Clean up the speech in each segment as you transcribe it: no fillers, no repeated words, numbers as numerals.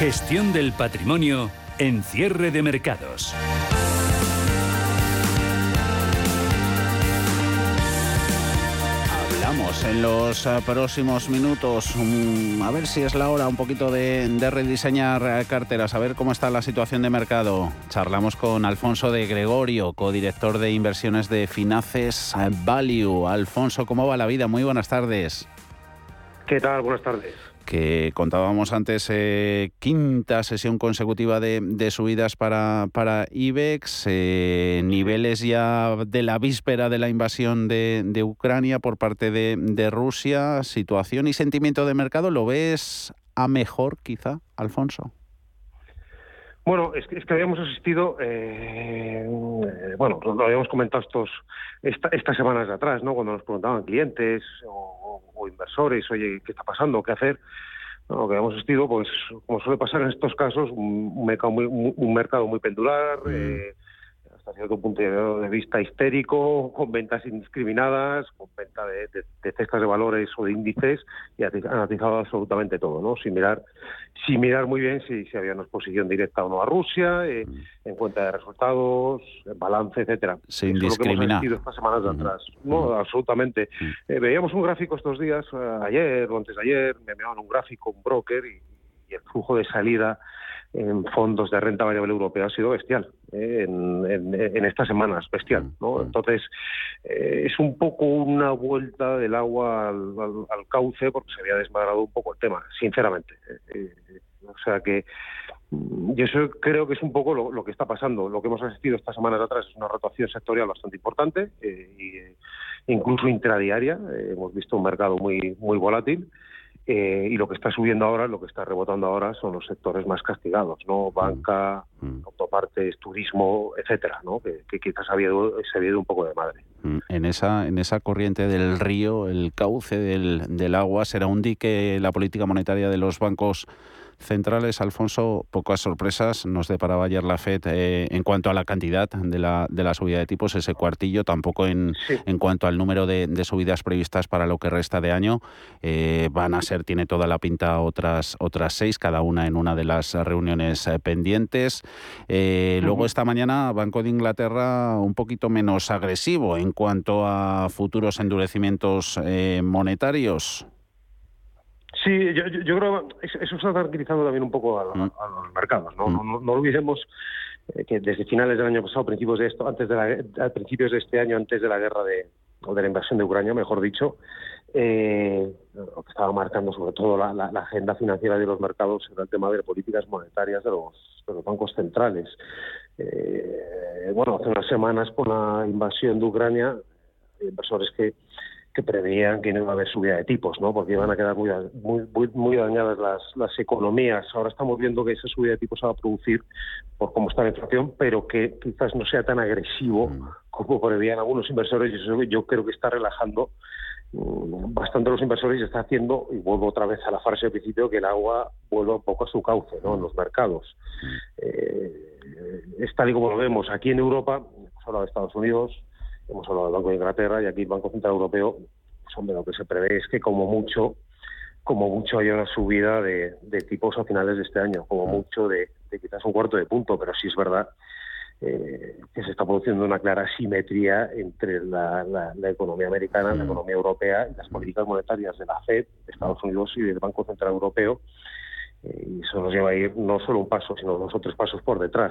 Gestión del patrimonio en cierre de mercados. Hablamos en los próximos minutos, a ver si es la hora un poquito de rediseñar carteras, a ver cómo está la situación de mercado. Charlamos con Alfonso de Gregorio, codirector de inversiones de Finaces Value. Alfonso, ¿cómo va la vida? Muy buenas tardes. ¿Qué tal? Buenas tardes. Que contábamos antes, quinta sesión consecutiva de subidas para IBEX, niveles ya de la víspera de la invasión de Ucrania por parte de Rusia. Situación y sentimiento de mercado, ¿lo ves a mejor quizá, Alfonso? Bueno, es que habíamos asistido, lo habíamos comentado estas semanas de atrás, ¿no? Cuando nos preguntaban clientes o inversores, oye, ¿qué está pasando? ¿Qué hacer? No, lo que habíamos asistido, pues, como suele pasar en estos casos, un mercado muy pendular, hasta cierto punto de vista histérico, con ventas indiscriminadas, con venta de cestas de valores o de índices, y analizado absolutamente todo, ¿no? Sin mirar muy bien si había una exposición directa o no a Rusia, en cuenta de resultados, en balance, etcétera. Sin Eso es lo que hemos discriminar. asistido estas semanas de atrás. No, absolutamente. Veíamos un gráfico estos días, ayer o antes de ayer, me enviaban un gráfico, un broker, y el flujo de salida en fondos de renta variable europea ha sido bestial, en estas semanas, bestial, ¿no? Entonces, es un poco una vuelta del agua al cauce, porque se había desmadrado un poco el tema, sinceramente. O sea que yo eso creo que es un poco lo que está pasando. Lo que hemos asistido estas semanas atrás es una rotación sectorial bastante importante, incluso intradiaria. Hemos visto un mercado muy, muy volátil. Y lo que está subiendo ahora, lo que está rebotando ahora son los sectores más castigados, ¿no? Banca, autopartes, turismo, etcétera, ¿no? Que quizás se había ido un poco de madre. En esa corriente del río, el cauce del agua, será un dique la política monetaria de los bancos centrales. Alfonso, pocas sorpresas nos deparaba ayer la FED en cuanto a la cantidad de la subida de tipos, ese cuartillo, tampoco en cuanto al número de subidas previstas para lo que resta de año. Van a ser, tiene toda la pinta, otras 6, cada una en una de las reuniones pendientes. Luego esta mañana Banco de Inglaterra un poquito menos agresivo en cuanto a futuros endurecimientos monetarios. Sí, yo creo que eso está tranquilizando también un poco a los mercados, ¿no? No olvidemos que desde finales del año pasado, a principios de este año, antes de la guerra o de la invasión de Ucrania, mejor dicho, lo que estaba marcando sobre todo la agenda financiera de los mercados era el tema de políticas monetarias de los bancos centrales. Hace unas semanas, con la invasión de Ucrania, hay inversores que preveían que no iba a haber subida de tipos, ¿no? Porque iban a quedar muy dañadas las economías. Ahora estamos viendo que esa subida de tipos se va a producir por cómo está la inflación, pero que quizás no sea tan agresivo como preveían algunos inversores, y eso yo creo que está relajando bastante a los inversores y está haciendo, y vuelvo otra vez a la frase del principio, que el agua vuelva un poco a su cauce, ¿no? En los mercados. Es tal y como lo vemos aquí en Europa. Hemos hablado de Estados Unidos, hemos hablado del Banco de Inglaterra, y aquí el Banco Central Europeo, pues hombre, lo que se prevé es que como mucho haya una subida de tipos a finales de este año, como mucho de quizás un cuarto de punto, pero sí es verdad que se está produciendo una clara asimetría entre la economía americana, la economía europea y las políticas monetarias de la FED, de Estados Unidos y del Banco Central Europeo. Y eso nos lleva a ir no solo un paso, sino 2 o 3 pasos por detrás.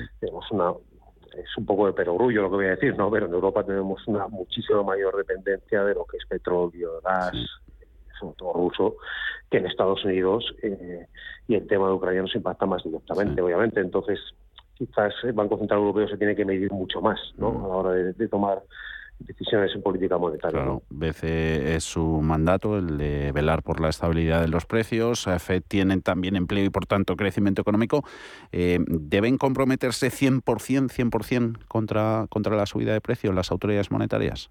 Es un poco de perogrullo lo que voy a decir, ¿no? Pero en Europa tenemos una muchísima mayor dependencia de lo que es petróleo, gas, sobre todo ruso, que en Estados Unidos, y el tema de Ucrania nos impacta más directamente, obviamente. Entonces, quizás el Banco Central Europeo se tiene que medir mucho más, ¿no? A la hora de tomar decisiones en política monetaria. Claro, ¿no? BCE es su mandato, el de velar por la estabilidad de los precios. FED tienen también empleo y, por tanto, crecimiento económico. ¿Deben comprometerse 100% contra la subida de precios las autoridades monetarias?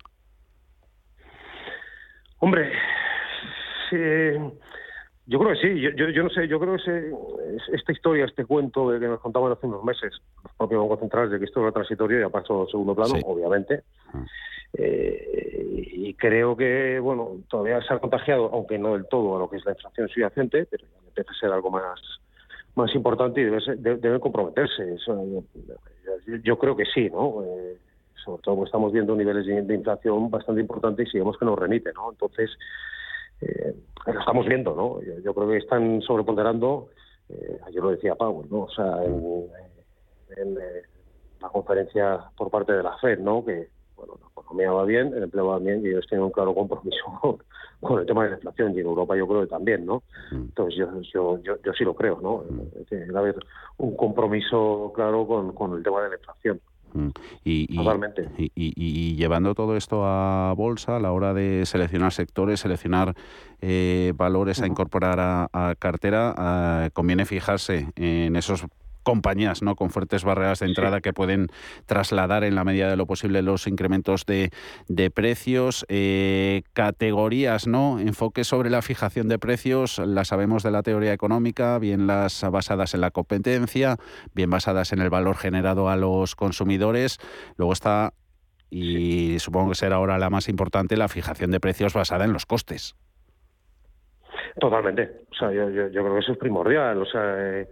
Hombre, sí, yo creo que sí. Yo no sé, yo creo que esta historia, este cuento que nos contaban hace unos meses los propios bancos centrales, de que esto era transitorio, ya pasó a segundo plano, obviamente. Y creo que, todavía se ha contagiado, aunque no del todo, a lo que es la inflación subyacente, pero ya empieza a ser algo más más importante y deben comprometerse. Yo creo que sí, ¿no? Sobre todo porque estamos viendo niveles de inflación bastante importantes y vemos que nos remite, ¿no? Entonces, lo estamos viendo, ¿no? Yo creo que están sobreponderando, ayer lo decía Powell, ¿no? O sea, en la conferencia por parte de la FED, ¿no? Que, bueno, la economía va bien, el empleo va bien y ellos tienen un claro compromiso con el tema de la inflación, y en Europa yo creo que también, ¿no? Entonces yo sí lo creo, ¿no? Tiene que haber un compromiso claro con el tema de la inflación. Totalmente. Y llevando todo esto a bolsa, a la hora de seleccionar sectores, seleccionar valores a incorporar a cartera, conviene fijarse en esos compañías, ¿no?, con fuertes barreras de entrada que pueden trasladar en la medida de lo posible los incrementos de precios, categorías, ¿no?, enfoque sobre la fijación de precios, las sabemos de la teoría económica, bien las basadas en la competencia, bien basadas en el valor generado a los consumidores. Luego está, y supongo que será ahora la más importante, la fijación de precios basada en los costes. Totalmente. O sea, yo creo que eso es primordial. O sea,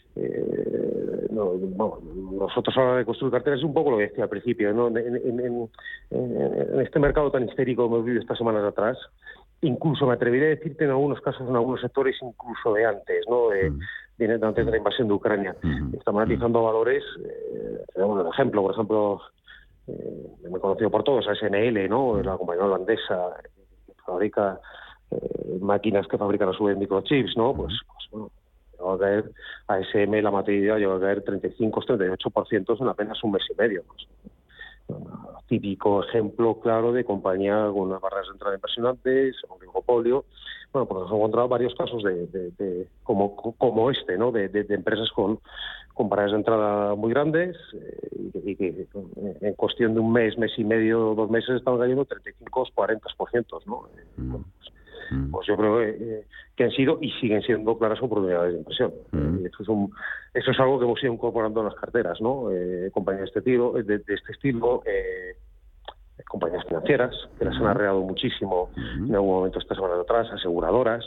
nosotros a la hora de construir carteras es un poco lo que decía al principio, ¿no? En este mercado tan histérico que hemos vivido estas semanas atrás, incluso me atrevería a decirte en algunos casos, en algunos sectores, incluso de antes, ¿no? Antes de la invasión de Ucrania. Estamos analizando valores, tenemos un ejemplo, por ejemplo, me he conocido por todos, ASML, ¿no? La compañía holandesa que fabrica máquinas que fabrican a su vez microchips, ¿no? Pues bueno, llegó a caer ASM, la materia llegó a caer 35-38% en apenas un mes y medio. Pues. Un típico ejemplo claro de compañía con unas barreras de entrada impresionantes, un oligopolio. Bueno, pues hemos encontrado varios casos como este, ¿no? De empresas con barreras de entrada muy grandes y que en cuestión de un mes, mes y medio, 2 meses estaban cayendo 35-40%, ¿no? Pues yo creo que han sido y siguen siendo claras oportunidades de inversión. Eso es algo que hemos ido incorporando en las carteras, ¿no? Compañías de este estilo, compañías financieras, que las han arreglado muchísimo en algún momento estas semanas atrás, aseguradoras.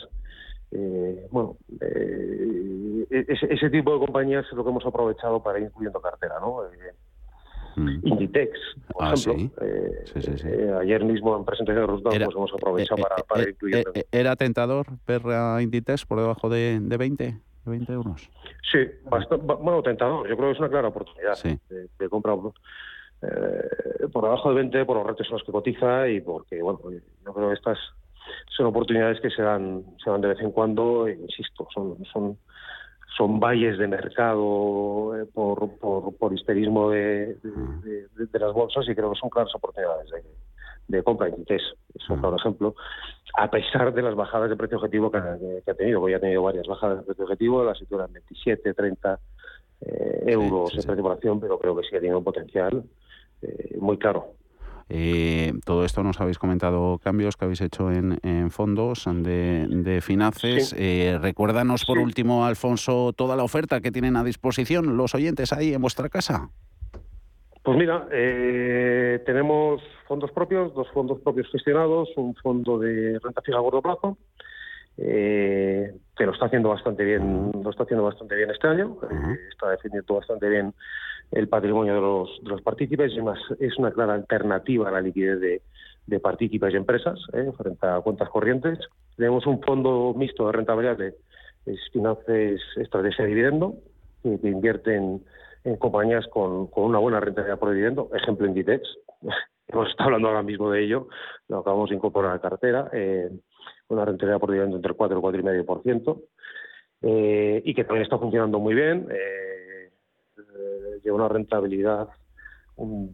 Ese tipo de compañías es lo que hemos aprovechado para ir incluyendo cartera, ¿no? Inditex, por ejemplo. Sí. Ayer mismo en presentación de resultados pues hemos aprovechado para ir incluyendo. ¿Era tentador ver a Inditex por debajo de 20 euros? Sí, bueno, tentador. Yo creo que es una clara oportunidad de compra por debajo de 20 por los retos en los que cotiza y porque, bueno, yo creo que estas son oportunidades que se dan de vez en cuando, insisto, son valles de mercado por histerismo de las bolsas, y creo que son claras oportunidades de compra. Inditex es un claro ejemplo, a pesar de las bajadas de precio objetivo que ha tenido, porque ya ha tenido varias bajadas de precio objetivo, la situación en 27, 30 euros de precio por acción, pero creo que sigue teniendo un potencial muy claro. Todo esto nos habéis comentado cambios que habéis hecho en fondos de finanzas. Recuérdanos por último, Alfonso, toda la oferta que tienen a disposición los oyentes ahí en vuestra casa. Pues mira, tenemos fondos propios, 2 fondos propios gestionados, un fondo de renta fija a corto plazo, que lo está haciendo bastante bien, este año, está defendiendo bastante bien el patrimonio de los partícipes, y además es una clara alternativa a la liquidez de partícipes y empresas frente a cuentas corrientes. Tenemos un fondo mixto de renta variable, es Finanzas Estrategia de Dividendo, que invierte en compañías con una buena rentabilidad por dividendo, ejemplo Inditex. Hemos estado hablando ahora mismo de ello, lo acabamos de incorporar a la cartera, una rentabilidad por dividendo entre el 4 y el 4,5%, y que también está funcionando muy bien. Lleva una rentabilidad un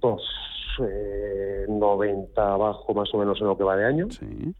2,90 abajo más o menos en lo que va de año. Sí.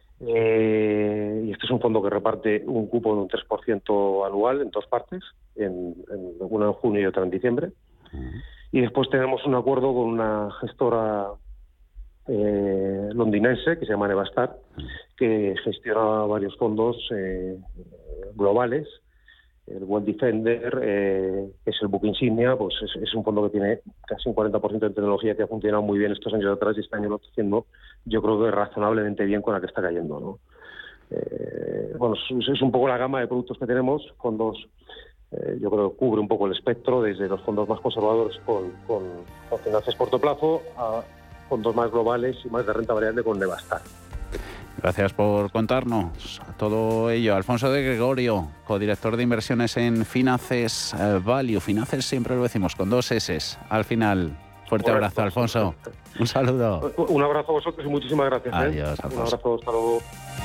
Y este es un fondo que reparte un cupo de un 3% anual en 2 partes, una en junio y otra en diciembre. Y después tenemos un acuerdo con una gestora londinense que se llama Nevastar, que gestiona varios fondos globales. El World Defender, que es el buque insignia, pues es un fondo que tiene casi un 40% de tecnología, que ha funcionado muy bien estos años atrás, y este año lo está haciendo, yo creo que razonablemente bien con la que está cayendo, ¿no? Es un poco la gama de productos que tenemos, fondos yo creo que cubre un poco el espectro desde los fondos más conservadores con finanzas corto plazo a fondos más globales y más de renta variable con Nevastar. Gracias por contarnos todo ello. Alfonso de Gregorio, codirector de inversiones en Finances Value. Finances siempre lo decimos con 2 S al final. Fuerte abrazo, Alfonso. Un saludo. Un abrazo a vosotros y muchísimas gracias. Adiós, Alfonso. Un abrazo, hasta luego.